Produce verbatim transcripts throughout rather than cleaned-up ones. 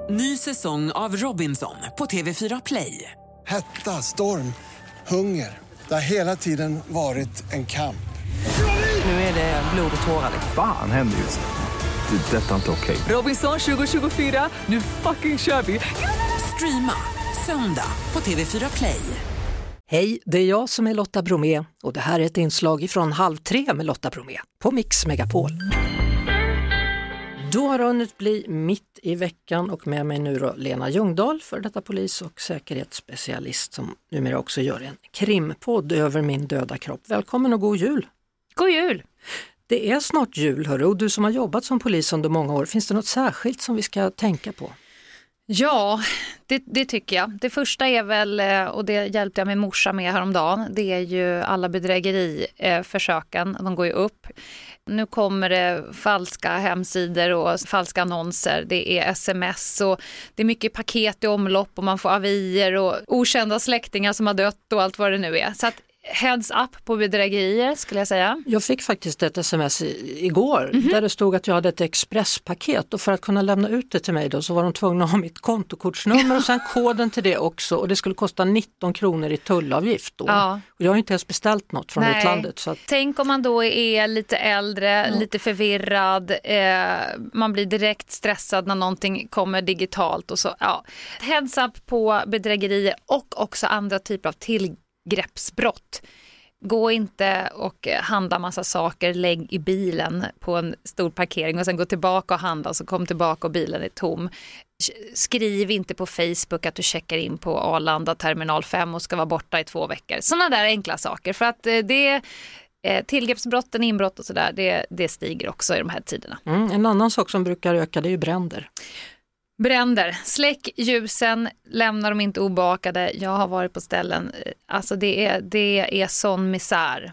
Ny säsong av Robinson på T V fyra Play. Hetta, storm, hunger. Det har hela tiden varit en kamp. Nu är det blod och tårar. Fan händer just det. Det är detta inte okej. Robinson tjugo tjugofyra, nu fucking kör vi. Streama söndag på T V fyra Play. Hej, det är jag som är Lotta Bromé och det här är ett inslag från Halv tre med Lotta Bromé på Mix Megapol. Då har det hunnit bli mitt i veckan och med mig nu då Lena Ljungdahl, för detta polis- och säkerhetsspecialist som numera också gör en krimpodd över min döda kropp. Välkommen och god jul! God jul! Det är snart jul, hörru, och du som har jobbat som polis under många år, finns det något särskilt som vi ska tänka på? Ja, det, det tycker jag. Det första är väl, och det hjälpte jag min morsa med häromdagen, det är ju alla bedrägeriförsöken, de går ju upp. Nu kommer det falska hemsidor och falska annonser, det är sms och det är mycket paket i omlopp och man får avier och okända släktingar som har dött och allt vad det nu är. Så att heads up på bedrägerier skulle jag säga. Jag fick faktiskt ett sms i, igår mm-hmm. där det stod att jag hade ett expresspaket och för att kunna lämna ut det till mig då så var de tvungna att ha mitt kontokortsnummer och sen koden till det också och det skulle kosta nitton kronor i tullavgift då. Ja. Och jag har inte ens beställt något från Nej. utlandet. Så att... Tänk om man då är lite äldre, ja. lite förvirrad, eh, man blir direkt stressad när någonting kommer digitalt och så. Ja. Heads up på bedrägerier och också andra typer av till greppsbrott. Gå inte och handla massa saker, lägg i bilen på en stor parkering och sen gå tillbaka och handla och så kom tillbaka och bilen är tom. Skriv inte på Facebook att du checkar in på Arlanda terminal fem och ska vara borta i två veckor. Sådana där enkla saker för att det tillgreppsbrotten, inbrott och sådär, det, det stiger också i de här tiderna. Mm, en annan sak som brukar öka det är ju bränder. Bränder, släck ljusen, lämna dem inte obakade. Jag har varit på ställen, alltså det är, det är sån misär.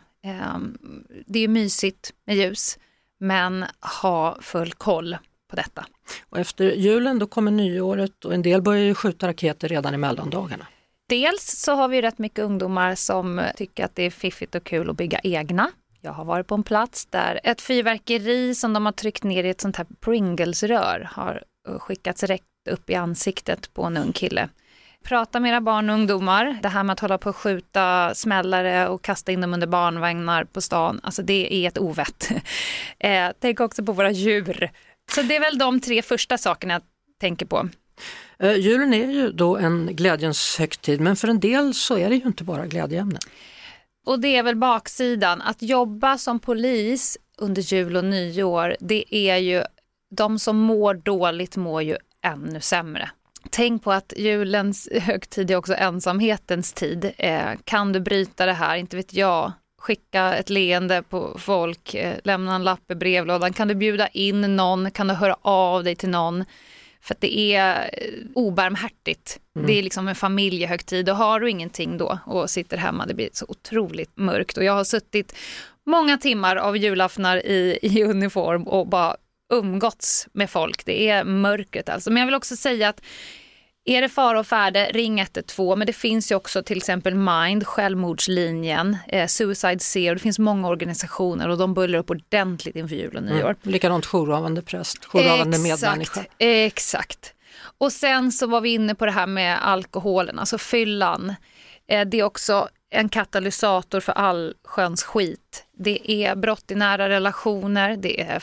Det är mysigt med ljus, men ha full koll på detta. Och efter julen då kommer nyåret och en del börjar ju skjuta raketer redan i mellandagarna. Dels så har vi rätt mycket ungdomar som tycker att det är fiffigt och kul att bygga egna. Jag har varit på en plats där ett fyrverkeri som de har tryckt ner i ett sånt här Pringles-rör har skickats rätt upp i ansiktet på en ung kille. Prata med era barn och ungdomar. Det här med att hålla på och skjuta smällare och kasta in dem under barnvagnar på stan. Alltså det är ett ovett. Eh, tänk också på våra djur. Så det är väl de tre första sakerna jag tänker på. Eh, julen är ju då en glädjens högtid, men för en del så är det ju inte bara glädjeämnen. Och det är väl baksidan. Att jobba som polis under jul och nyår, det är ju de som mår dåligt mår ju ännu sämre. Tänk på att julens högtid är också ensamhetens tid. Eh, kan du bryta det här? Inte vet jag. Skicka ett leende på folk. Eh, lämna en lapp i brevlådan. Kan du bjuda in någon? Kan du höra av dig till någon? För att det är obarmhärtigt. Mm. Det är liksom en familjehögtid. Och har du ingenting då och sitter hemma, det blir så otroligt mörkt. Och jag har suttit många timmar av julaftnar i, i uniform och bara umgåtts med folk. Det är mörkret alltså. Men jag vill också säga att är det fara och färde, ring ett ett två. Men det finns ju också till exempel Mind, självmordslinjen, eh, Suicide Zero. Det finns många organisationer och de bullar upp ordentligt inför jul och nyår. Mm. Likadant jourhavande präst, jourhavande medmänniska. Exakt. Och sen så var vi inne på det här med alkoholen, alltså fyllan. Eh, det är också en katalysator för all sköns skit. Det är brott i nära relationer, det är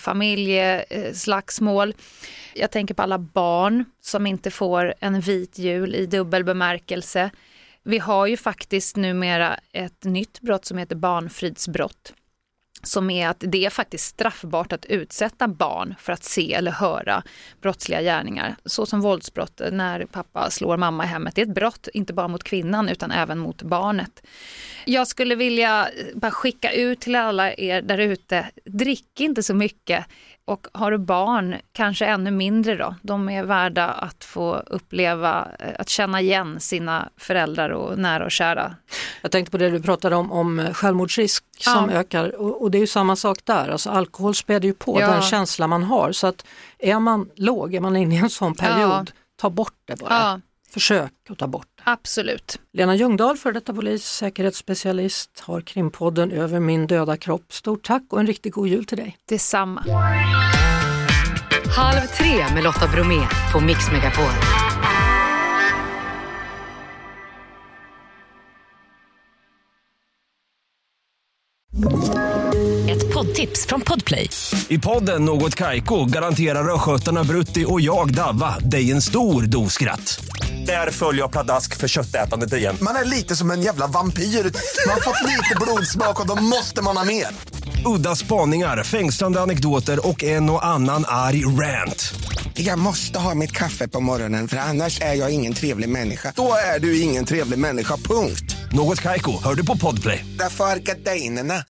familjeslagsmål. Jag tänker på alla barn som inte får en vit jul i dubbel bemärkelse. Vi har ju faktiskt numera ett nytt brott som heter barnfridsbrott. Som är att det är faktiskt straffbart att utsätta barn för att se eller höra brottsliga gärningar. Så som våldsbrott när pappa slår mamma i hemmet. Det är ett brott inte bara mot kvinnan utan även mot barnet. Jag skulle vilja bara skicka ut till alla er där ute. Drick inte så mycket. Och har du barn, kanske ännu mindre då. De är värda att få uppleva, att känna igen sina föräldrar och nära och kära. Jag tänkte på det du pratade om, om självmordsrisk som ja. ökar. Och, och det är ju samma sak där. Alltså alkohol späder ju på ja. den känsla man har. Så att är man låg, är man inne i en sån period, ja. ta bort det bara. Ja. Försök att ta bort det. Absolut. Lena Ljungdahl, för detta polis, säkerhetsspecialist, har krimpodden Över min döda kropp. Stort tack och en riktigt god jul till dig. Detsamma. Halv tre med Lotta Bromé på Mix Megapol. Ett poddtips från Podplay. I podden Något Kaiko garanterar röskötarna Brutti och jag Davva dig en stor doskratt. Där följer jag pladask för köttätandet igen. Man är lite som en jävla vampyr. Man har fått lite blodsmak och då måste man ha mer. Udda spaningar, fängslande anekdoter och en och annan arg rant. Jag måste ha mitt kaffe på morgonen för annars är jag ingen trevlig människa. Då är du ingen trevlig människa, punkt. Något Kaiko, hör du på Podplay. Därför är gardinerna.